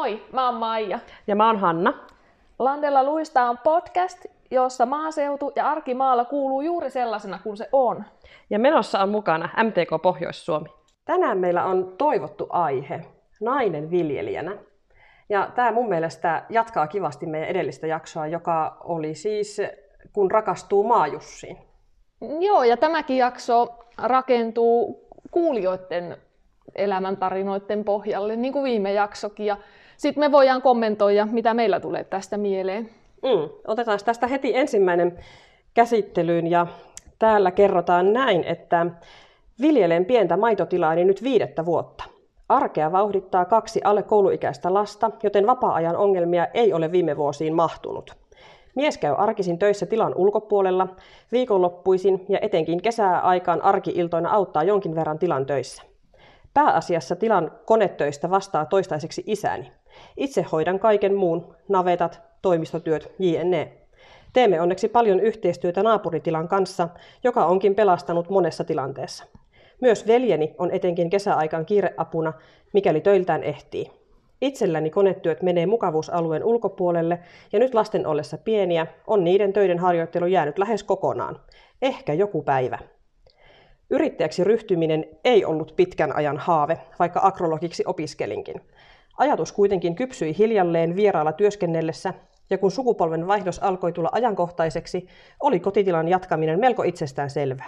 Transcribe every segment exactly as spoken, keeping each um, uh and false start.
Moi, mä oon Maija. Ja mä oon Hanna. Landella luista on podcast, jossa maaseutu ja arki maalla kuuluu juuri sellaisena kuin se on. Ja menossa on mukana M T K Pohjois-Suomi. Tänään meillä on toivottu aihe, nainen viljelijänä. Ja tämä mun mielestä jatkaa kivasti meidän edellistä jaksoa, joka oli siis kun rakastuu maajussiin. Joo, ja tämäkin jakso rakentuu kuulijoiden elämäntarinoiden pohjalle, niin kuin viime jaksokin. Ja sitten me voidaan kommentoida, mitä meillä tulee tästä mieleen. Mm, otetaan tästä heti ensimmäinen käsittelyyn. Ja täällä kerrotaan näin, että viljelen pientä maitotilaani nyt viidettä vuotta. Arkea vauhdittaa kaksi alle kouluikäistä lasta, joten vapaa-ajan ongelmia ei ole viime vuosiin mahtunut. Mies käy arkisin töissä tilan ulkopuolella, viikonloppuisin ja etenkin kesäaikaan arki-iltoina auttaa jonkin verran tilan töissä. Pääasiassa tilan konetöistä vastaa toistaiseksi isäni. Itse hoidan kaiken muun, navetat, toimistotyöt, jne. Teemme onneksi paljon yhteistyötä naapuritilan kanssa, joka onkin pelastanut monessa tilanteessa. Myös veljeni on etenkin kesäaikaan kiireapuna, mikäli töiltään ehtii. Itselläni konetyöt menee mukavuusalueen ulkopuolelle ja nyt lasten ollessa pieniä on niiden töiden harjoittelu jäänyt lähes kokonaan. Ehkä joku päivä. Yrittäjäksi ryhtyminen ei ollut pitkän ajan haave, vaikka agrologiksi opiskelinkin. Ajatus kuitenkin kypsyi hiljalleen vieraalla työskennellessä, ja kun sukupolven vaihdos alkoi tulla ajankohtaiseksi, oli kotitilan jatkaminen melko itsestään selvää.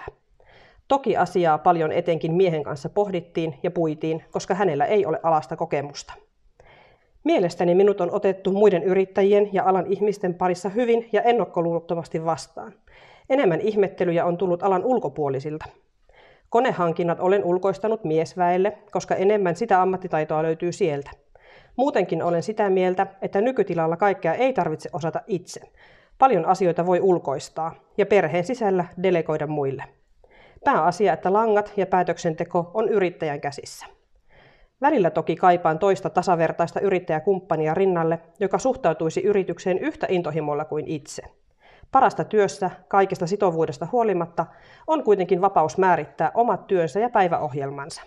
Toki asiaa paljon etenkin miehen kanssa pohdittiin ja puitiin, koska hänellä ei ole alasta kokemusta. Mielestäni minut on otettu muiden yrittäjien ja alan ihmisten parissa hyvin ja ennakkoluulottomasti vastaan. Enemmän ihmettelyjä on tullut alan ulkopuolisilta. Konehankinnat olen ulkoistanut miesväelle, koska enemmän sitä ammattitaitoa löytyy sieltä. Muutenkin olen sitä mieltä, että nykytilalla kaikkea ei tarvitse osata itse. Paljon asioita voi ulkoistaa ja perheen sisällä delegoida muille. Pääasia, että langat ja päätöksenteko on yrittäjän käsissä. Välillä toki kaipaan toista tasavertaista yrittäjäkumppania rinnalle, joka suhtautuisi yritykseen yhtä intohimolla kuin itse. Parasta työssä, kaikesta sitovuudesta huolimatta, on kuitenkin vapaus määrittää omat työnsä ja päiväohjelmansa.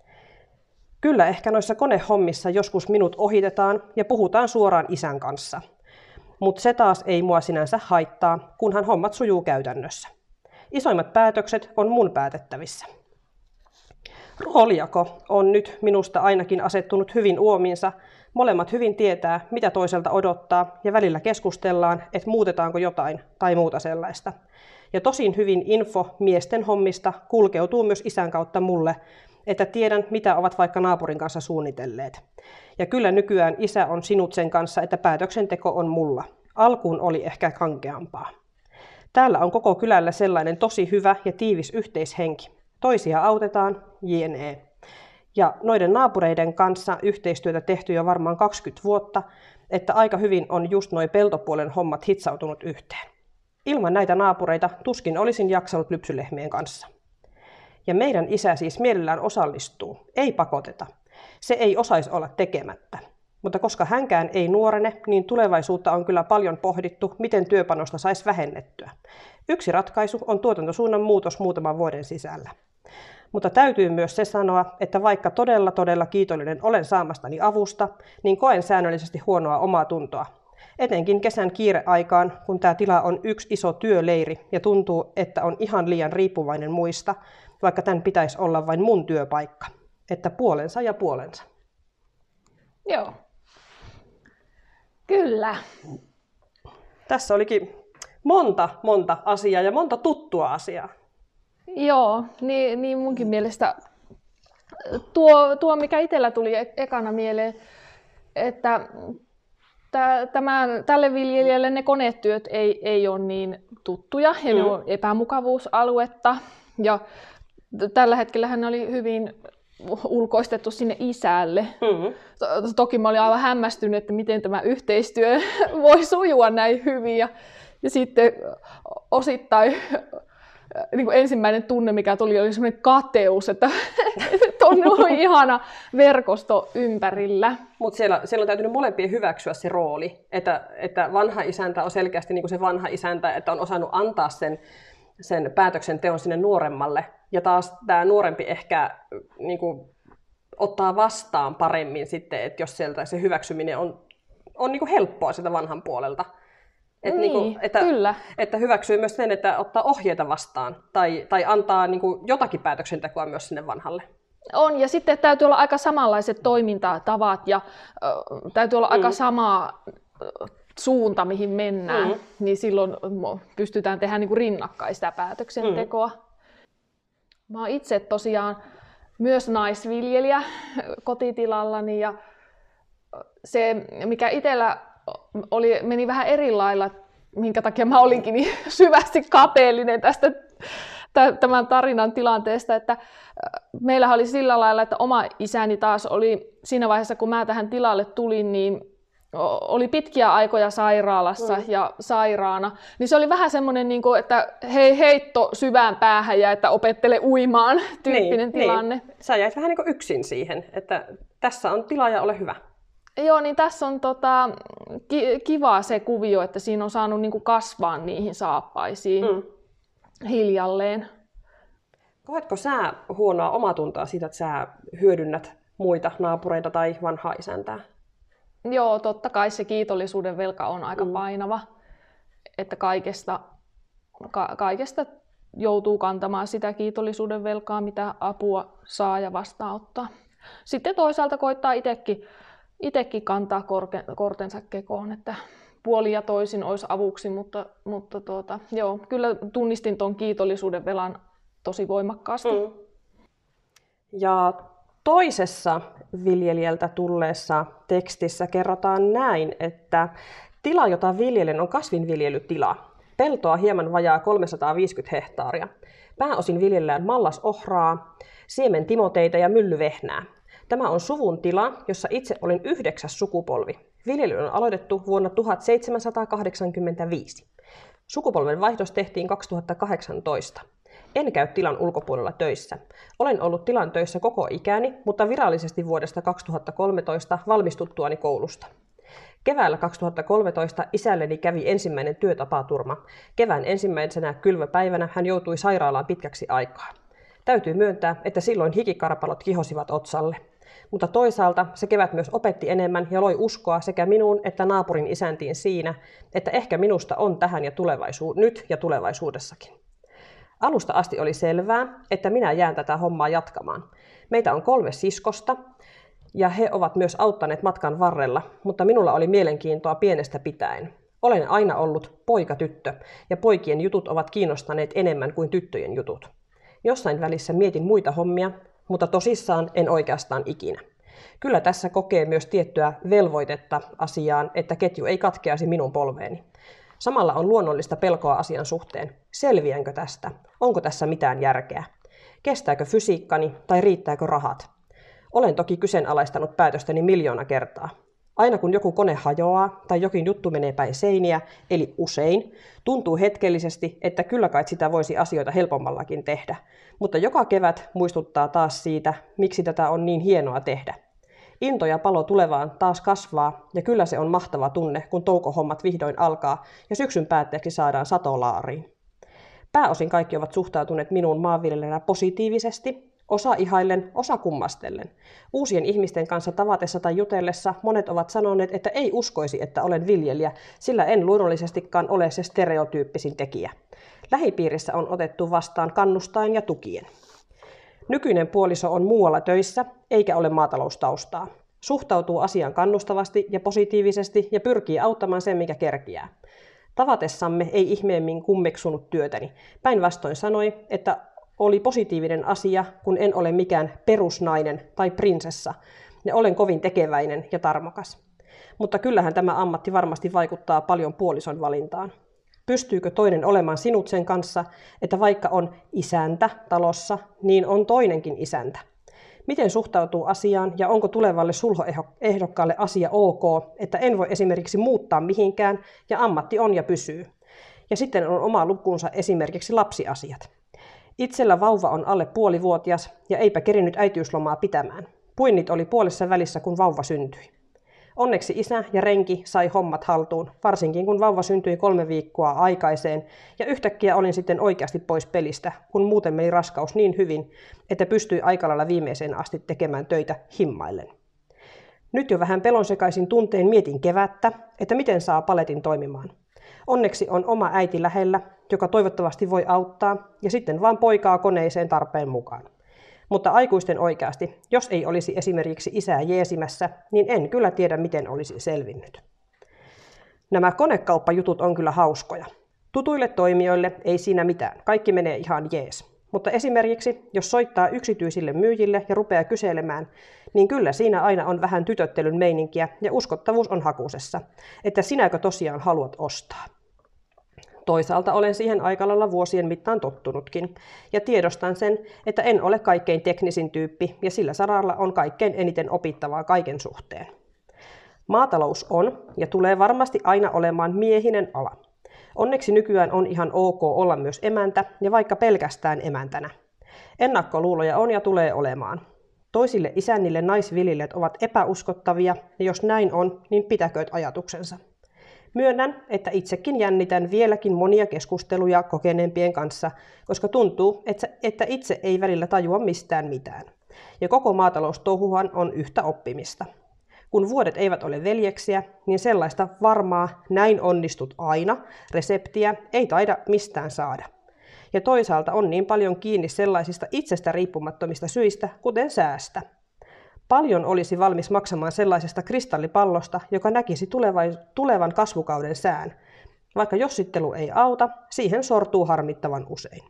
Kyllä ehkä noissa konehommissa joskus minut ohitetaan ja puhutaan suoraan isän kanssa. Mutta se taas ei mua sinänsä haittaa, kunhan hommat sujuu käytännössä. Isoimmat päätökset on mun päätettävissä. Roolijako on nyt minusta ainakin asettunut hyvin uomiinsa. Molemmat hyvin tietää, mitä toiselta odottaa, ja välillä keskustellaan, että muutetaanko jotain tai muuta sellaista. Ja tosin hyvin info miesten hommista kulkeutuu myös isän kautta mulle, että tiedän, mitä ovat vaikka naapurin kanssa suunnitelleet. Ja kyllä nykyään isä on sinut sen kanssa, että päätöksenteko on mulla. Alkuun oli ehkä kankeampaa. Täällä on koko kylällä sellainen tosi hyvä ja tiivis yhteishenki. Toisia autetaan, jne. Ja noiden naapureiden kanssa yhteistyötä tehty jo varmaan kaksikymmentä vuotta, että aika hyvin on just noi peltopuolen hommat hitsautunut yhteen. Ilman näitä naapureita tuskin olisin jaksanut lypsylehmien kanssa. Ja meidän isä siis mielellään osallistuu, ei pakoteta. Se ei osaisi olla tekemättä. Mutta koska hänkään ei nuorene, niin tulevaisuutta on kyllä paljon pohdittu, miten työpanosta saisi vähennettyä. Yksi ratkaisu on tuotantosuunnan muutos muutaman vuoden sisällä. Mutta täytyy myös se sanoa, että vaikka todella todella kiitollinen olen saamastani avusta, niin koen säännöllisesti huonoa omaa tuntoa. Etenkin kesän kiireaikaan, kun tämä tila on yksi iso työleiri ja tuntuu, että on ihan liian riippuvainen muista, vaikka tämän pitäisi olla vain mun työpaikka. Että puolensa ja puolensa. Joo. Kyllä. Tässä olikin monta, monta asiaa ja monta tuttua asiaa. Joo, niin, niin munkin mielestä tuo, tuo mikä itsellä tuli ekana mieleen, että tämän, tälle viljelijälle ne konetyöt ei, ei ole niin tuttuja ja mm. ne on epämukavuusaluetta. Ja tällä hetkellä hän oli hyvin ulkoistettu sinne isälle. Mm-hmm. Toki mä olin aivan hämmästynyt, että miten tämä yhteistyö voi sujua näin hyvin. Ja, ja sitten osittain niin kuin ensimmäinen tunne, mikä tuli, oli semmoinen kateus, että on ollut ihana verkosto ympärillä. Mutta siellä, siellä on täytynyt molempien hyväksyä se rooli, että, että vanha isäntä on selkeästi niin kuin se vanha isäntä, että on osannut antaa sen, sen päätöksenteon sinne nuoremmalle. Ja taas tämä nuorempi ehkä niin kuin ottaa vastaan paremmin sitten, että jos sieltä se hyväksyminen on, on niin kuin helppoa sieltä vanhan puolelta. Et niin, niin kuin, että, kyllä. että hyväksyy myös sen, että ottaa ohjeita vastaan tai, tai antaa niin kuin jotakin päätöksentekoa myös sinne vanhalle. On, ja sitten täytyy olla aika samanlaiset toimintatavat ja ö, täytyy olla mm. aika sama ö, suunta, mihin mennään, mm. niin silloin pystytään tehdä niin kuin rinnakkain sitä päätöksentekoa. Mm. Mä oon itse tosiaan myös naisviljelijä kotitilallani, ja se, mikä itsellä oli, meni vähän eri lailla, minkä takia mä olinkin niin syvästi kateellinen tästä tämän tarinan tilanteesta, että meillähän oli sillä lailla, että oma isäni taas oli siinä vaiheessa, kun mä tähän tilalle tulin, niin oli pitkiä aikoja sairaalassa mm. ja sairaana, niin se oli vähän semmoinen, että hei, heitto syvään päähän ja että opettele uimaan tyyppinen niin, tilanne. Niin. Sä jäit vähän niin kuin yksin siihen, että tässä on tila ja ole hyvä. Joo, niin tässä on tota, ki- kiva se kuvio, että siinä on saanut niin kuin kasvaa niihin saappaisiin mm. hiljalleen. Koetko sä huonoa omatuntoa siitä, että sä hyödynnät muita naapureita tai vanhaa isäntää? Joo, totta kai se kiitollisuuden velka on aika mm. painava, että kaikesta, ka- kaikesta joutuu kantamaan sitä kiitollisuuden velkaa, mitä apua saa ja vastaanottaa. Sitten toisaalta koittaa itsekin, itsekin kantaa korke- kortensa kekoon, että puoli ja toisin olisi avuksi, mutta, mutta tuota, joo, kyllä tunnistin tuon kiitollisuuden velan tosi voimakkaasti. Mm. Ja toisessa viljelijältä tulleessa tekstissä kerrotaan näin, että tila, jota viljelen, on kasvinviljelytila. Peltoa hieman vajaa kolmesataaviisikymmentä hehtaaria. Pääosin viljellään mallasohraa, siementimoteita ja myllyvehnää. Tämä on suvun tila, jossa itse olin yhdeksäs sukupolvi. Viljely on aloitettu vuonna tuhatseitsemänsataakahdeksankymmentäviisi. Sukupolven vaihdos tehtiin kaksituhattakahdeksantoista. En käy tilan ulkopuolella töissä. Olen ollut tilan töissä koko ikäni, mutta virallisesti vuodesta kaksituhattakolmetoista valmistuttuani koulusta. Keväällä kaksituhattakolmetoista isälleni kävi ensimmäinen työtapaturma. Kevään ensimmäisenä kylvöpäivänä hän joutui sairaalaan pitkäksi aikaa. Täytyy myöntää, että silloin hikikarpalot kihosivat otsalle. Mutta toisaalta se kevät myös opetti enemmän ja loi uskoa sekä minuun että naapurin isäntiin siinä, että ehkä minusta on tähän ja tulevaisuud- nyt ja tulevaisuudessakin. Alusta asti oli selvää, että minä jään tätä hommaa jatkamaan. Meitä on kolme siskosta ja he ovat myös auttaneet matkan varrella, mutta minulla oli mielenkiintoa pienestä pitäen. Olen aina ollut poika-tyttö ja poikien jutut ovat kiinnostaneet enemmän kuin tyttöjen jutut. Jossain välissä mietin muita hommia, mutta tosissaan en oikeastaan ikinä. Kyllä tässä kokee myös tiettyä velvoitetta asiaan, että ketju ei katkeaisi minun polveeni. Samalla on luonnollista pelkoa asian suhteen. Selviänkö tästä? Onko tässä mitään järkeä? Kestääkö fysiikkani tai riittääkö rahat? Olen toki kyseenalaistanut päätöstäni miljoona kertaa. Aina kun joku kone hajoaa tai jokin juttu menee päin seiniä, eli usein, tuntuu hetkellisesti, että kyllä kai sitä voisi asioita helpommallakin tehdä. Mutta joka kevät muistuttaa taas siitä, miksi tätä on niin hienoa tehdä. Into ja palo tulevaan taas kasvaa, ja kyllä se on mahtava tunne, kun toukohommat vihdoin alkaa ja syksyn päätteeksi saadaan satolaariin. Pääosin kaikki ovat suhtautuneet minuun maanviljelijänä positiivisesti, osa ihaillen, osa kummastellen. Uusien ihmisten kanssa tavatessa tai jutellessa monet ovat sanoneet, että ei uskoisi, että olen viljelijä, sillä en luonnollisestikaan ole se stereotyyppisin tekijä. Lähipiirissä on otettu vastaan kannustain ja tukien. Nykyinen puoliso on muualla töissä, eikä ole maataloustaustaa. Suhtautuu asiaan kannustavasti ja positiivisesti ja pyrkii auttamaan sen, mikä kerkiää. Tavatessamme ei ihmeemmin kummeksunut työtäni. Päinvastoin sanoi, että oli positiivinen asia, kun en ole mikään perusnainen tai prinsessa, ja olen kovin tekeväinen ja tarmokas. Mutta kyllähän tämä ammatti varmasti vaikuttaa paljon puolison valintaan. Pystyykö toinen olemaan sinut sen kanssa, että vaikka on isäntä talossa, niin on toinenkin isäntä? Miten suhtautuu asiaan ja onko tulevalle sulhoehdokkaalle asia ok, että en voi esimerkiksi muuttaa mihinkään ja ammatti on ja pysyy? Ja sitten on oma lukunsa esimerkiksi lapsiasiat. Itsellä vauva on alle puolivuotias ja eipä kerinyt äitiyslomaa pitämään. Puinnit oli puolessa välissä, kun vauva syntyi. Onneksi isä ja renki sai hommat haltuun, varsinkin kun vauva syntyi kolme viikkoa aikaiseen, ja yhtäkkiä olin sitten oikeasti pois pelistä, kun muuten meni raskaus niin hyvin, että pystyi aika lailla viimeiseen asti tekemään töitä himmaillen. Nyt jo vähän pelonsekaisin tunteen mietin kevättä, että miten saa paletin toimimaan. Onneksi on oma äiti lähellä, joka toivottavasti voi auttaa, ja sitten vaan poikaa koneeseen tarpeen mukaan. Mutta aikuisten oikeasti, jos ei olisi esimerkiksi isää jeesimässä, niin en kyllä tiedä, miten olisi selvinnyt. Nämä konekauppajutut on kyllä hauskoja. Tutuille toimijoille ei siinä mitään, kaikki menee ihan jees. Mutta esimerkiksi, jos soittaa yksityisille myyjille ja rupeaa kyselemään, niin kyllä siinä aina on vähän tytöttelyn meininkiä ja uskottavuus on hakusessa, että sinäkö tosiaan haluat ostaa. Toisaalta olen siihen aikalailla vuosien mittaan tottunutkin, ja tiedostan sen, että en ole kaikkein teknisin tyyppi, ja sillä saralla on kaikkein eniten opittavaa kaiken suhteen. Maatalous on, ja tulee varmasti aina olemaan miehinen ala. Onneksi nykyään on ihan ok olla myös emäntä, ja vaikka pelkästään emäntänä. Ennakkoluuloja on ja tulee olemaan. Toisille isännille naisviljelijät ovat epäuskottavia, ja jos näin on, niin pitäkööt ajatuksensa. Myönnän, että itsekin jännitän vieläkin monia keskusteluja kokeneempien kanssa, koska tuntuu, että itse ei välillä tajua mistään mitään. Ja koko maataloustouhuhan on yhtä oppimista. Kun vuodet eivät ole veljeksiä, niin sellaista varmaa näin onnistut aina reseptiä ei taida mistään saada. Ja toisaalta on niin paljon kiinni sellaisista itsestä riippumattomista syistä, kuten säästä. Paljon olisi valmis maksamaan sellaisesta kristallipallosta, joka näkisi tulevan kasvukauden sään. Vaikka jossittelu ei auta, siihen sortuu harmittavan usein.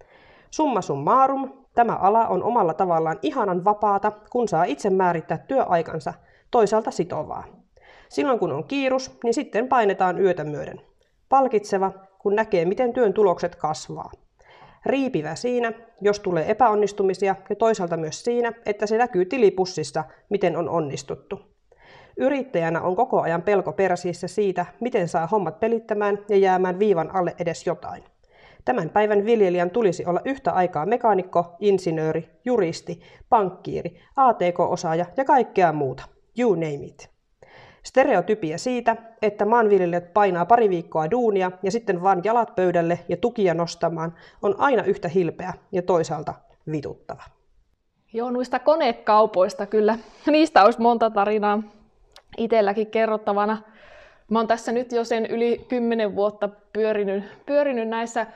Summa summarum, tämä ala on omalla tavallaan ihanan vapaata, kun saa itse määrittää työaikansa, toisaalta sitovaa. Silloin kun on kiirus, niin sitten painetaan yötä myöden. Palkitseva, kun näkee miten työn tulokset kasvaa. Riipivä siinä, jos tulee epäonnistumisia, ja toisaalta myös siinä, että se näkyy tilipussissa, miten on onnistuttu. Yrittäjänä on koko ajan pelko persiissä siitä, miten saa hommat pelittämään ja jäämään viivan alle edes jotain. Tämän päivän viljelijän tulisi olla yhtä aikaa mekaanikko, insinööri, juristi, pankkiiri, A T K-osaaja ja kaikkea muuta. You name it. Stereotypia siitä, että maanviljelijät painaa pari viikkoa duunia ja sitten vaan jalat pöydälle ja tukia nostamaan, on aina yhtä hilpeä ja toisaalta vituttava. Joo, noista konekaupoista kyllä. Niistä olisi monta tarinaa itselläkin kerrottavana. Mä oon tässä nyt jo sen yli kymmenen vuotta pyörinyt, pyörinyt näissä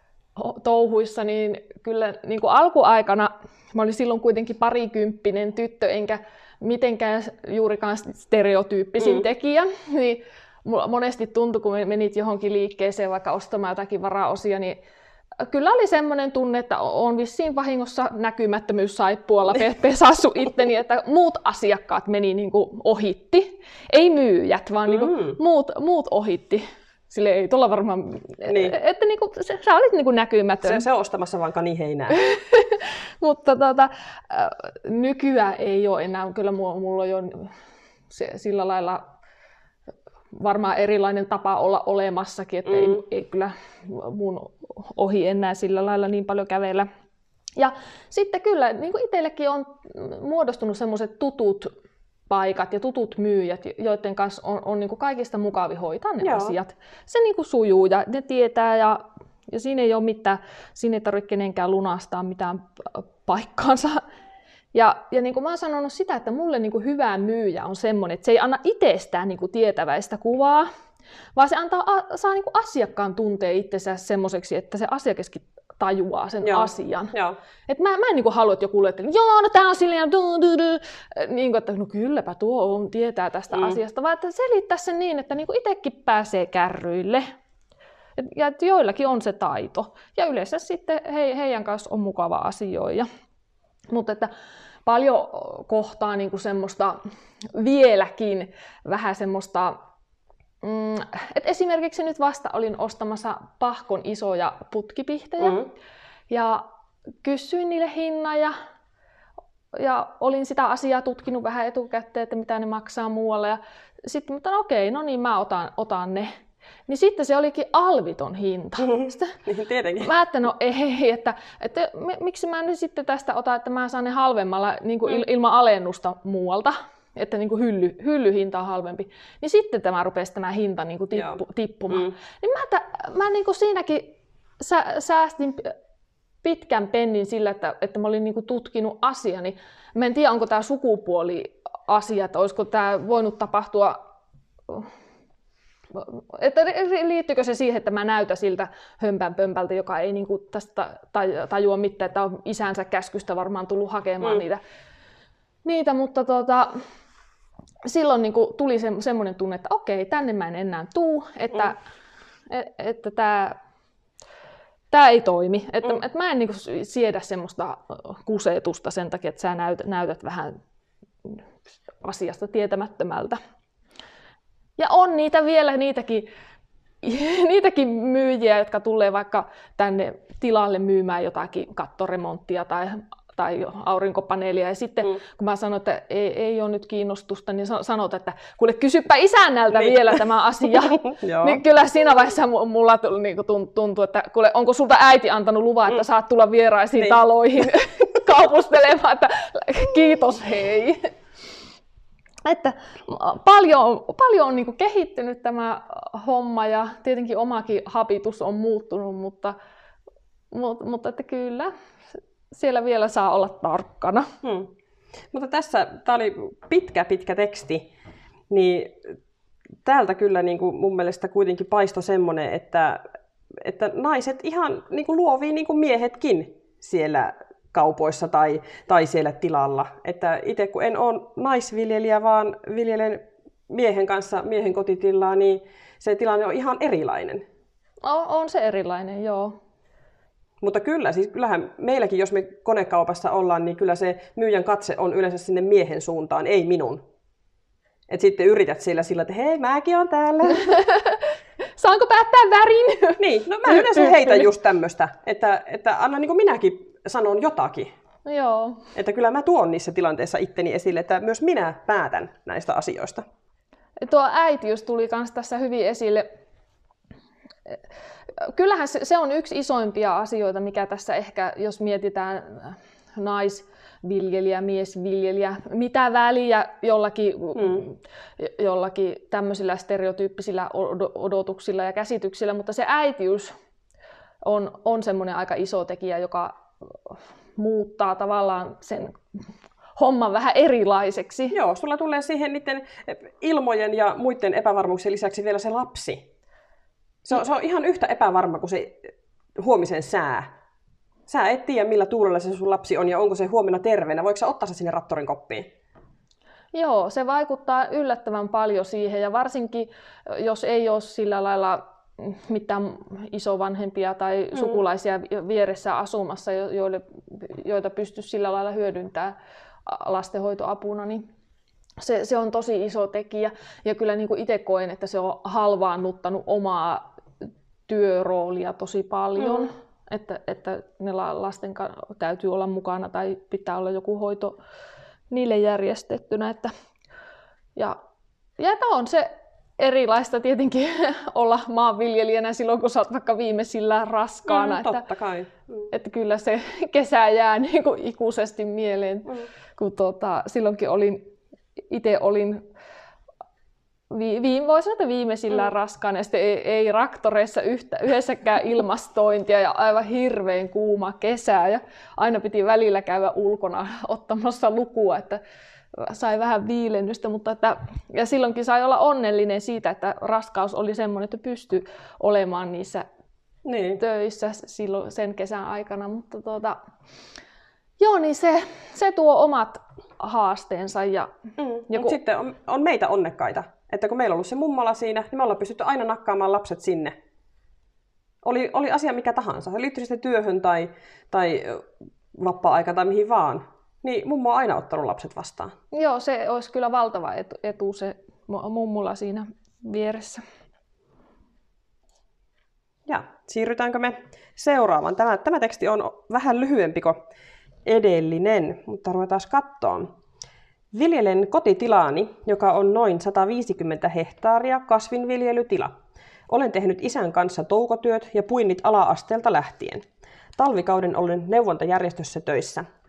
touhuissa, niin kyllä niin kuin alkuaikana mä olin silloin kuitenkin parikymppinen tyttö, enkä mitenkään juurikaan stereotyyppisin mm. tekijä. Niin monesti tuntui, kun menit johonkin liikkeeseen vaikka ostamaan jotakin varaosia, niin kyllä oli semmoinen tunne, että on vissiin vahingossa näkymättömyyssaippualla pesassu itteni, että muut asiakkaat meni niin kuin ohitti. Ei myyjät, vaan mm. niin kuin muut, muut ohitti. Sille ei tulla varmaan, niin. että niinku, sä, sä olit niinku näkymätön. Se, se on ostamassa vaan kaniheinää. Mutta tota, nykyään ei ole enää, kyllä mulla, mulla on jo se, sillä lailla varmaan erilainen tapa olla olemassakin, että mm. ei, ei kyllä mun ohi enää sillä lailla niin paljon kävellä. Ja sitten kyllä niin kuin itsellekin on muodostunut semmoiset tutut paikat ja tutut myyjät, joiden kanssa on, on niin kuin kaikista mukavin hoitaa ne Joo. asiat. Se niin kuin sujuu ja ne tietää ja, ja siinä ei ole mitään, siinä ei tarvitse kenenkään lunastaa mitään paikkaansa. Ja, ja niin kuin mä oon sanonut sitä, että mulle niin kuin hyvä myyjä on semmoinen, että se ei anna itsestään niin kuin tietäväistä kuvaa, vaan se antaa, saa niin kuin asiakkaan tuntea itsensä semmoiseksi, että se asiakaskin tajuaa sen Joo. asian. Joo. Et mä, mä en niin kuin halua, että joku luetteli, että joo, no tää on silleen, du, du, du. Niin kuin, että no kylläpä tuo on, tietää tästä mm. asiasta, vaan että selittää sen niin, että niin kuin itsekin pääsee kärryille. Et, ja että joillakin on se taito. Ja yleensä sitten he, heidän kanssa on mukava asioida. Mutta että paljon kohtaa niin kuin semmoista vieläkin vähän semmoista, mm, että esimerkiksi nyt vasta olin ostamassa Pahkon isoja putkipihtejä mm. ja kysyin niille hinnan ja, ja olin sitä asiaa tutkinut vähän etukäteen, että mitä ne maksaa muualla ja sitten, mutta no okei, no niin mä otan, otan ne. Niin sitten se olikin alviton hinta. Niin tietenkin. Mä että no ei, että, että miksi mä nyt sitten tästä otan, että mä saan ne halvemmalla niin kuin mm. ilman alennusta muualta. että niin kuin hylly, hyllyhinta on halvempi. Niin sitten tämä rupesi tämä hinta niin kuin tippu, tippumaan. Mm. Niin mä, mä niin kuin siinäkin sä, säästin pitkän pennin sillä, että, että mä olin niin kuin tutkinut asiani. Mä en tiedä, onko tämä sukupuoliasia, että olisiko tämä voinut tapahtua, että liittyykö se siihen, että mä näytän siltä hömpänpömpältä, joka ei niin kuin tästä tajua mitään, että on isänsä käskystä varmaan tullut hakemaan mm. niitä. niitä, mutta tota, silloin niin kuin tuli se, semmoinen tunne, että okei, tänne mä en enää tuu, että, mm. et, että tämä Tämä ei toimi. Että, mm. että mä en niinku siedä semmoista kusetusta sen takia, että sä näytät, näytät vähän asiasta tietämättömältä. Ja on niitä vielä, niitäkin, niitäkin myyjiä, jotka tulee vaikka tänne tilalle myymään jotakin kattoremonttia tai, tai aurinkopaneelia. Ja sitten mm. kun mä sanon, että ei, ei ole nyt kiinnostusta, niin sanot, että kuule, kysypä isännältä niin. vielä tämä asia. Niin kyllä siinä vaiheessa mulla tuntuu, että kuule, onko sulta äiti antanut luvan, että saat tulla vieraisiin niin. taloihin kaupustelemaan, että kiitos hei. Että paljon, paljon on niin kuin kehittynyt tämä homma ja tietenkin omakin habitus on muuttunut, mutta, mutta, mutta että kyllä. Siellä vielä saa olla tarkkana. Hmm. Mutta tässä, tämä oli pitkä, pitkä teksti, niin täältä kyllä niin kuin mun mielestä kuitenkin paistoi semmoinen, että, että naiset ihan niin kuin luovia niin kuin miehetkin siellä kaupoissa tai, tai siellä tilalla. Että itse kun en ole naisviljelijä, vaan viljelen miehen kanssa miehen kotitilaa, niin se tilanne on ihan erilainen. On, on se erilainen, joo. Mutta kyllä, siis kyllähän meilläkin, jos me konekaupassa ollaan, niin kyllä se myyjän katse on yleensä sinne miehen suuntaan, ei minun. Et sitten yrität siellä sillä, että hei, mäkin on täällä. Saanko päättää värin? Niin, no mä yleensä heitän just tämmöistä, että, että anna niin kuin minäkin sanon jotakin. Joo. Että kyllä mä tuon niissä tilanteissa itteni esille, että myös minä päätän näistä asioista. Tuo äitiys tuli myös tässä hyvin esille. Kyllähän se, se on yksi isoimpia asioita, mikä tässä ehkä, jos mietitään naisviljelijä, miesviljelijä, mitä väliä jollakin, hmm. jollakin tämmöisillä stereotyyppisillä odotuksilla ja käsityksillä, mutta se äitiys on, on semmoinen aika iso tekijä, joka muuttaa tavallaan sen homman vähän erilaiseksi. Joo, sulla tulee siihen niiden ilmojen ja muiden epävarmuuksien lisäksi vielä se lapsi. Se on, se on ihan yhtä epävarma kuin se huomisen sää. Sä et tiedä, millä tuulella se sun lapsi on ja onko se huomenna terveenä. Voiko sä ottaa se sinne traktorin koppiin? Joo, se vaikuttaa yllättävän paljon siihen. Ja varsinkin, jos ei ole sillä lailla mitään isovanhempia tai mm. sukulaisia vieressä asumassa, joille, joita pystyisi sillä lailla hyödyntämään lastenhoitoapuna, niin se, se on tosi iso tekijä. Ja kyllä niin kuin itse koen, että se on halvaannuttanut omaa työroolia tosi paljon. Mm. Että, että ne lasten täytyy olla mukana tai pitää olla joku hoito niille järjestettynä. Että, ja, ja on se erilaista tietenkin olla maanviljelijänä silloin, kun sä oot vaikka viimeisillään raskaana. Mm, totta että, kai. Mm. Että kyllä se kesä jää niin kuin ikuisesti mieleen, mm. kun tuota, silloinkin olin, itse olin Vi, vi, voi sanoa, että viimeisillään mm. raskaana, ja sitten ei, ei raktoreissa yhtä, yhdessäkään ilmastointia ja aivan hirveän kuuma kesää. Ja aina piti välillä käydä ulkona ottamassa lukua, että sai vähän viilennystä. Mutta että, ja silloinkin sai olla onnellinen siitä, että raskaus oli semmoinen, että pystyi olemaan niissä niin. töissä silloin sen kesän aikana. Mutta tuota, joo, niin se, se tuo omat haasteensa. Ja, mm. ja kun... Sitten on, on meitä onnekkaita. Että kun meillä on ollut se mummala siinä, niin me ollaan pystytty aina nakkaamaan lapset sinne. Oli, oli asia mikä tahansa. Se liittyi sitten työhön tai, tai vapaa-aikaan tai mihin vaan. Niin mummo on aina ottanut lapset vastaan. Joo, se olisi kyllä valtava etu, etu se mummulla siinä vieressä. Ja siirrytäänkö me seuraavaan? Tämä, tämä teksti on vähän lyhyempi kuin edellinen, mutta ruvetaan katsomaan. Viljelen kotitilaani, joka on noin sata viisikymmentä hehtaaria kasvinviljelytila. Olen tehnyt isän kanssa toukotyöt ja puinnit ala-asteelta lähtien. Talvikauden olen neuvontajärjestössä töissä.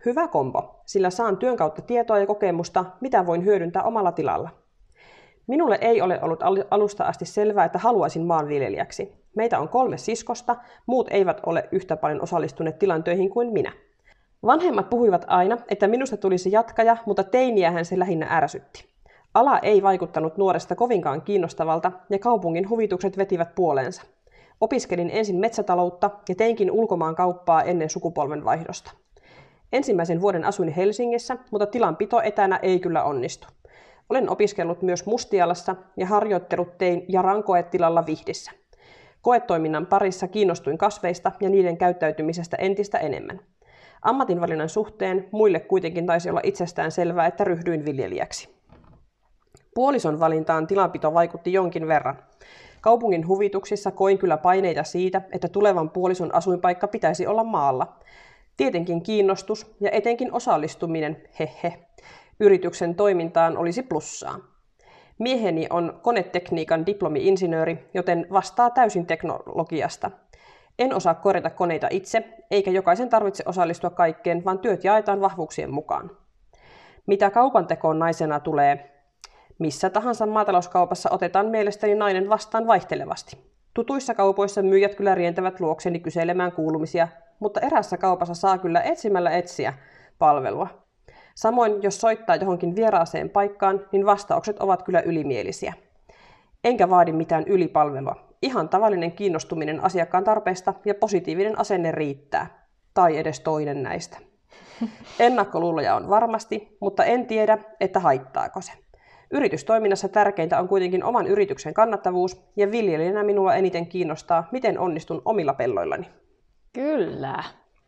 Hyvä kombo, sillä saan työn kautta tietoa ja kokemusta, mitä voin hyödyntää omalla tilalla. Minulle ei ole ollut alusta asti selvää, että haluaisin maanviljelijäksi. Meitä on kolme siskosta, muut eivät ole yhtä paljon osallistuneet tilan töihin kuin minä. Vanhemmat puhuivat aina, että minusta tulisi jatkaja, mutta teiniähän se lähinnä ärsytti. Ala ei vaikuttanut nuoresta kovinkaan kiinnostavalta ja kaupungin huvitukset vetivät puoleensa. Opiskelin ensin metsätaloutta ja teinkin ulkomaan kauppaa ennen sukupolvenvaihdosta. Ensimmäisen vuoden asuin Helsingissä, mutta tilanpito etänä ei kyllä onnistu. Olen opiskellut myös Mustialassa ja harjoittelut tein Jaran koetilalla Vihdissä. Koetoiminnan parissa kiinnostuin kasveista ja niiden käyttäytymisestä entistä enemmän. Ammatinvalinnan suhteen muille kuitenkin taisi olla itsestään selvää, että ryhdyin viljelijäksi. Puolison valintaan tilanpito vaikutti jonkin verran. Kaupungin huvituksissa koin kyllä paineita siitä, että tulevan puolison asuinpaikka pitäisi olla maalla. Tietenkin kiinnostus ja etenkin osallistuminen, hehe, yrityksen toimintaan olisi plussaa. Mieheni on konetekniikan diplomi-insinööri, joten vastaa täysin teknologiasta. En osaa korjata koneita itse, eikä jokaisen tarvitse osallistua kaikkeen, vaan työt jaetaan vahvuuksien mukaan. Mitä kaupantekoon naisena tulee, missä tahansa maatalouskaupassa otetaan mielestäni nainen vastaan vaihtelevasti. Tutuissa kaupoissa myyjät kyllä rientävät luokseni kyselemään kuulumisia, mutta erässä kaupassa saa kyllä etsimällä etsiä palvelua. Samoin, jos soittaa johonkin vieraaseen paikkaan, niin vastaukset ovat kyllä ylimielisiä. Enkä vaadi mitään ylipalvelua. Ihan tavallinen kiinnostuminen asiakkaan tarpeesta ja positiivinen asenne riittää. Tai edes toinen näistä. Ennakkoluuloja on varmasti, mutta en tiedä, että haittaako se. Yritystoiminnassa tärkeintä on kuitenkin oman yrityksen kannattavuus, ja viljelijänä minua eniten kiinnostaa, miten onnistun omilla pelloillani. Kyllä.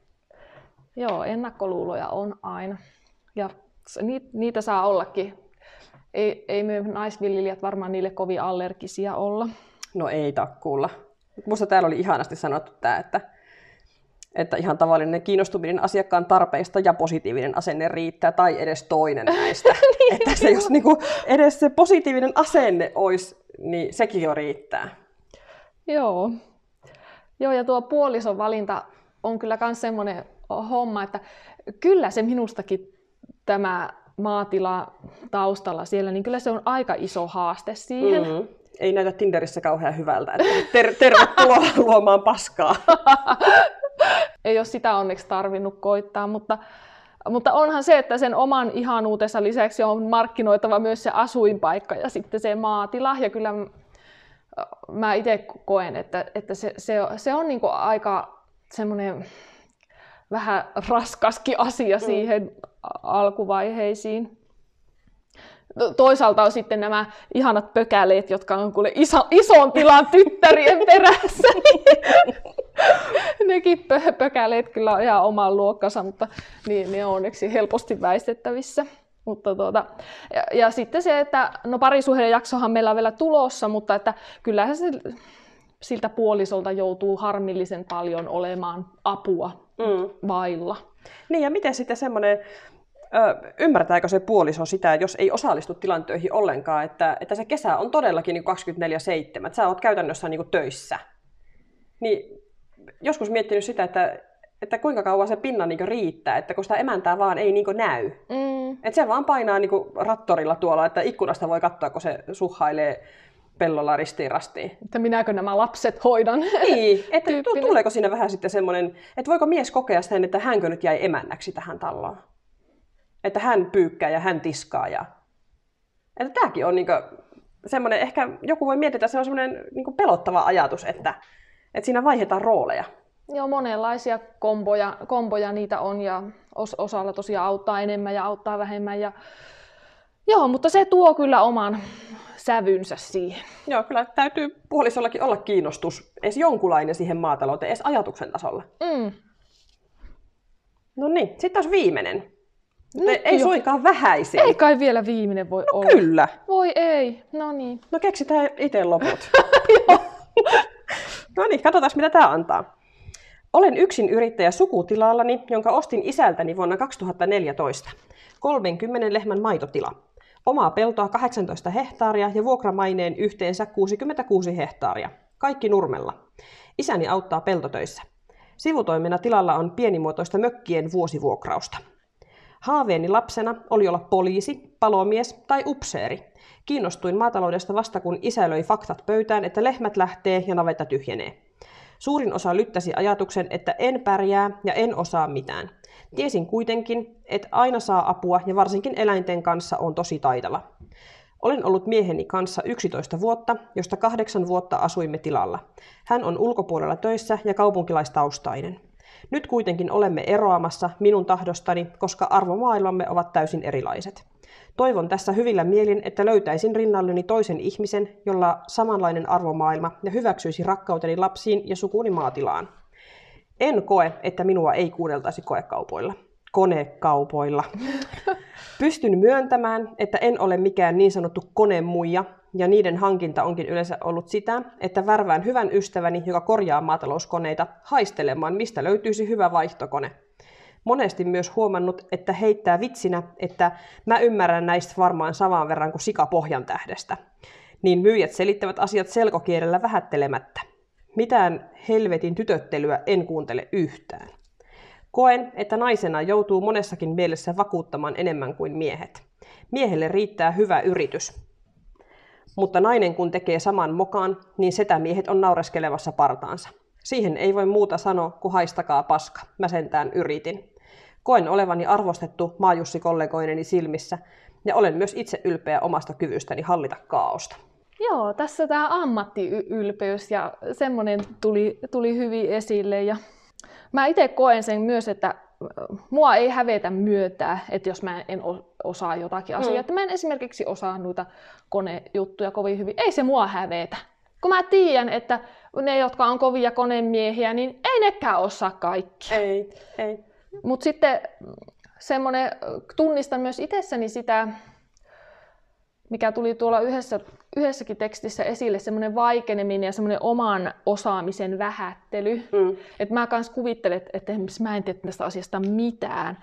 Joo, ennakkoluuloja on aina. Ja niitä saa ollakin. Ei, ei me naisviljelijät varmaan niille kovin allergisia olla. No ei takkuulla. Musta täällä oli ihanasti sanottu tämä, että, että ihan tavallinen kiinnostuminen asiakkaan tarpeista ja positiivinen asenne riittää, tai edes toinen näistä. niin, että se, jos niinku edes se positiivinen asenne olisi, niin sekin jo riittää. Joo. Joo, ja tuo puolison valinta on kyllä myös semmoinen homma, että kyllä se minustakin tämä maatila taustalla siellä, niin kyllä se on aika iso haaste siihen. Mm-hmm. Ei näytä Tinderissä kauhean hyvältä, että ter- tervetuloa luomaan paskaa. Ei ole sitä onneksi tarvinnut koittaa, mutta, mutta onhan se, että sen oman ihanuutensa lisäksi on markkinoitava myös se asuinpaikka ja sitten se maatila. Ja kyllä mä itse koen, että, että se, se, se on niin kuin aika semmoinen vähän raskaskin asia siihen alkuvaiheisiin. Toisaalta on sitten nämä ihanat pökäleet, jotka on kuule iso, ison tilan tyttärien perässä. Nekin pökäleet kyllä on ihan oman luokkansa, mutta niin, ne on onneksi helposti väistettävissä. Mutta tuota, ja, ja sitten se, että no parisuhdejaksohan meillä on vielä tulossa, mutta että kyllähän se siltä puolisolta joutuu harmillisen paljon olemaan apua mm. vailla. Niin ja miten sitten semmoinen, ö, ymmärtääkö se puoliso sitä, jos ei osallistu tilantöihin ollenkaan, että, että se kesä on todellakin niin kaksikymmentäneljä seitsemän, sä oot käytännössä niin kuin töissä. Niin joskus miettinyt sitä, että, että kuinka kauan se pinna niin kuin riittää, että kun sitä emäntää vaan ei niin kuin näy. Mm. Että se vaan painaa niin kuin rattorilla tuolla, että ikkunasta voi katsoa, kun se suhailee pellolla ristiin rastiin. Että minäkö nämä lapset hoidan? Niin, että tuleeko siinä vähän sitten semmoinen, että voiko mies kokea sen, että hänkö nyt jäi emännäksi tähän taloon? Että hän pyykkää ja hän tiskaa. Ja... Että tämäkin on niinku semmoinen, ehkä joku voi miettiä, että se on semmoinen niinku pelottava ajatus, että, että siinä vaihdetaan rooleja. Joo, monenlaisia komboja, komboja niitä on ja os, osalla tosiaan auttaa enemmän ja auttaa vähemmän. Ja... Joo, mutta se tuo kyllä oman sävynsä siihen. Joo, kyllä täytyy puolisollakin olla kiinnostus, edes jonkunlainen siihen maatalouteen, edes ajatuksen tasolla. Mm. No niin, sitten taas viimeinen. Nyt ei jo. Suinkaan vähäisin. Ei kai vielä viimeinen voi no olla. Kyllä. Voi ei, no niin. No keksitään itse loput. No niin, katsotaan mitä tämä antaa. Olen yksin yrittäjä sukutilallani, jonka ostin isältäni vuonna kaksituhattaneljätoista. kolmenkymmenen lehmän maitotila. Omaa peltoa kahdeksantoista hehtaaria ja vuokramaineen yhteensä kuusikymmentäkuusi hehtaaria. Kaikki Nurmella. Isäni auttaa peltotöissä. Sivutoimena tilalla on pienimuotoista mökkien vuosivuokrausta. Haaveeni lapsena oli olla poliisi, palomies tai upseeri. Kiinnostuin maataloudesta vasta kun isä löi faktat pöytään, että lehmät lähtee ja navetta tyhjenee. Suurin osa lyttäsi ajatuksen, että en pärjää ja en osaa mitään. Tiesin kuitenkin, että aina saa apua ja varsinkin eläinten kanssa on tosi taitava. Olen ollut mieheni kanssa yksitoista vuotta, josta kahdeksan vuotta asuimme tilalla. Hän on ulkopuolella töissä ja kaupunkilaistaustainen. Nyt kuitenkin olemme eroamassa minun tahdostani, koska arvomaailmamme ovat täysin erilaiset. Toivon tässä hyvillä mielin, että löytäisin rinnalleni toisen ihmisen, jolla samanlainen arvomaailma ja hyväksyisi rakkauteni lapsiin ja sukuni maatilaan. En koe, että minua ei kuunneltaisi koekaupoilla. Konekaupoilla. Pystyn myöntämään, että en ole mikään niin sanottu konemuija, ja niiden hankinta onkin yleensä ollut sitä, että värvään hyvän ystäväni, joka korjaa maatalouskoneita, haistelemaan, mistä löytyisi hyvä vaihtokone. Monesti myös huomannut, että heittää vitsinä, että mä ymmärrän näistä varmaan saman verran kuin sika pohjan tähdestä. Niin myyjät selittävät asiat selkokielellä vähättelemättä. Mitään helvetin tytöttelyä en kuuntele yhtään. Koen, että naisena joutuu monessakin mielessä vakuuttamaan enemmän kuin miehet. Miehelle riittää hyvä yritys. Mutta nainen kun tekee saman mokaan, niin setämiehet on naureskelevassa partaansa. Siihen ei voi muuta sanoa kuin haistakaa paska. Mä sentään yritin. Koen olevani arvostettu maajussi-kollegoineni silmissä ja olen myös itse ylpeä omasta kyvystäni hallita kaaosta. Joo, tässä tämä ammattiylpeys ja semmoinen tuli, tuli hyvin esille. Ja mä itse koen sen myös, että mua ei hävetä myöntää, että jos mä en osaa jotakin asiaa. Mm. Että mä en esimerkiksi osaa noita konejuttuja kovin hyvin. Ei se mua hävetä. Kun mä tiedän, että ne, jotka on kovia konemiehiä, niin ei nekään osaa kaikki. Ei, ei. Mutta sitten semmoinen, tunnistan myös itsessäni sitä, mikä tuli tuolla yhdessä, yhdessäkin tekstissä esille, semmoinen vaikeneminen ja semmoinen oman osaamisen vähättely. Mm. Että mä kans kuvittelen, että mä en tiedä tästä asiasta mitään.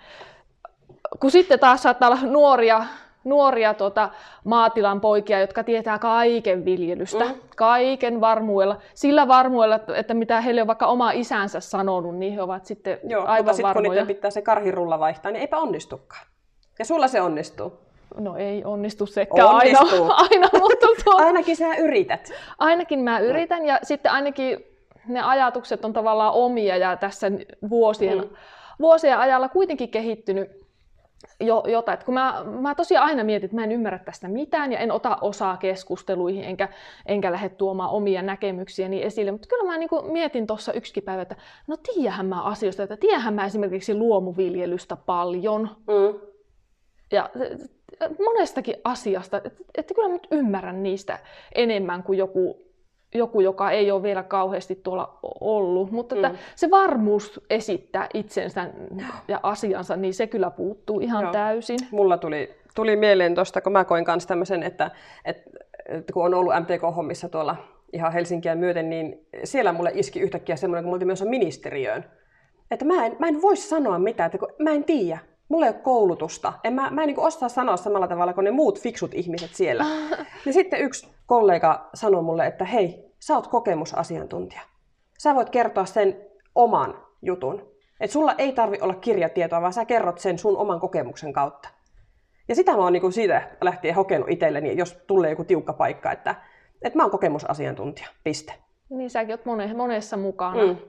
Kun sitten taas saattaa olla nuoria, nuoria tota, maatilan poikia, jotka tietää kaiken viljelystä, mm. kaiken varmuudella. Sillä varmuudella, että mitä heille on vaikka oma isänsä sanonut, niin he ovat sitten Joo, aivan mutta sitten varmoja. kun niiden pitää se karhirulla vaihtaa, niin eipä onnistukaan. Ja sulla se onnistuu. No ei onnistu sekään aina, aina mutta tuo... Ainakin sä yrität. Ainakin mä yritän ja sitten ainakin ne ajatukset on tavallaan omia ja tässä vuosien, mm. vuosien ajalla kuitenkin kehittynyt jo, jotain. Et kun mä, mä tosiaan aina mietin, että mä en ymmärrä tästä mitään ja en ota osaa keskusteluihin enkä, enkä lähde tuomaan omia näkemyksiäni esille. Mutta kyllä mä niin kuin mietin tuossa yksikin päivä, että no tiedähän mä asioista, että tiedähän mä esimerkiksi luomuviljelystä paljon. Mm. Ja monestakin asiasta, että, että kyllä mä nyt ymmärrän niistä enemmän kuin joku, joku, joka ei ole vielä kauheasti tuolla ollut. Mutta että mm. se varmuus esittää itsensä ja asiansa, niin se kyllä puuttuu ihan Joo. täysin. Mulla tuli, tuli mieleen tuosta, kun mä koin kanssa tämmöisen, että, että, että kun on ollut M T K-hommissa tuolla ihan Helsinkiä myöten, niin siellä mulle iski yhtäkkiä semmoinen, kun me oltiin menossa ministeriöön, että mä en, mä en voi sanoa mitään, että kun mä en tiedä. Mulla ei ole koulutusta. En mä, mä en niin osaa sanoa samalla tavalla kuin ne muut fiksut ihmiset siellä. Ja sitten yksi kollega sanoi mulle, että hei, sä oot kokemusasiantuntija. Sä voit kertoa sen oman jutun. Että sulla ei tarvi olla kirjatietoa, vaan sä kerrot sen sun oman kokemuksen kautta. Ja sitä mä oon niin siitä lähtien hokenut itselleni, jos tulee joku tiukka paikka, että, että mä oon kokemusasiantuntija. Piste. Niin säkin oot monessa mukana mm.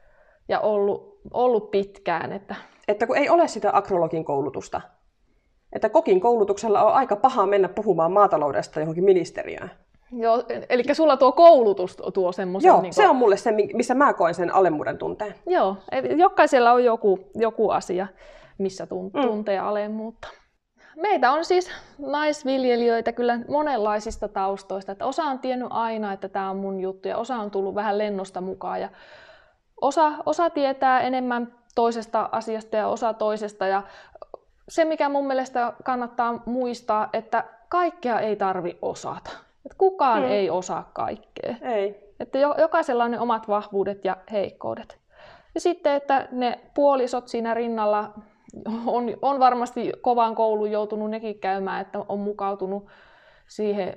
ja ollut, ollut pitkään. Että... Että kun ei ole sitä agrologin koulutusta, että kokin koulutuksella on aika paha mennä puhumaan maataloudesta johonkin ministeriöön. Joo, eli sulla tuo koulutus tuo semmoisen... Joo, niin kuin... se on mulle se, missä mä koen sen alemmuuden tunteen. Joo, jokaisella on joku, joku asia, missä tuntee mm. alemmuutta. Meitä on siis naisviljelijöitä kyllä monenlaisista taustoista. Että osa on tiennyt aina, että tämä on mun juttu, ja osa on tullut vähän lennosta mukaan. Ja osa, osa tietää enemmän toisesta asiasta ja osa toisesta. Ja se, mikä mun mielestä kannattaa muistaa, että kaikkea ei tarvi osata. Että kukaan hmm. ei osaa kaikkea. Ei. Että jokaisella on ne omat vahvuudet ja heikkoudet. Ja sitten, että ne puolisot siinä rinnalla on, on varmasti kovaan kouluun joutunut nekin käymään, että on mukautunut siihen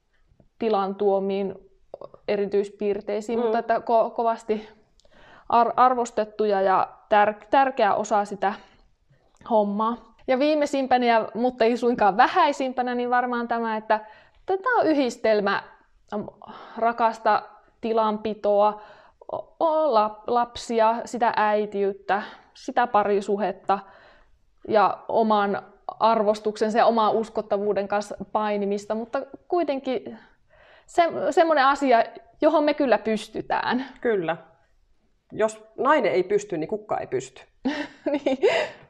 tilan tuomiin erityispiirteisiin, hmm. mutta että ko- kovasti ar- arvostettuja ja tär- tärkeä osa sitä hommaa. Ja viimeisimpänä, mutta ei suinkaan vähäisimpänä, niin varmaan tämä, että tämä on yhdistelmä rakasta tilanpitoa, olla lapsia, sitä äitiyttä, sitä parisuhetta ja oman arvostuksensa ja oman uskottavuuden kanssa painimista, mutta kuitenkin se, semmoinen asia, johon me kyllä pystytään. Kyllä. Jos nainen ei pysty, niin kukaan ei pysty. Niin.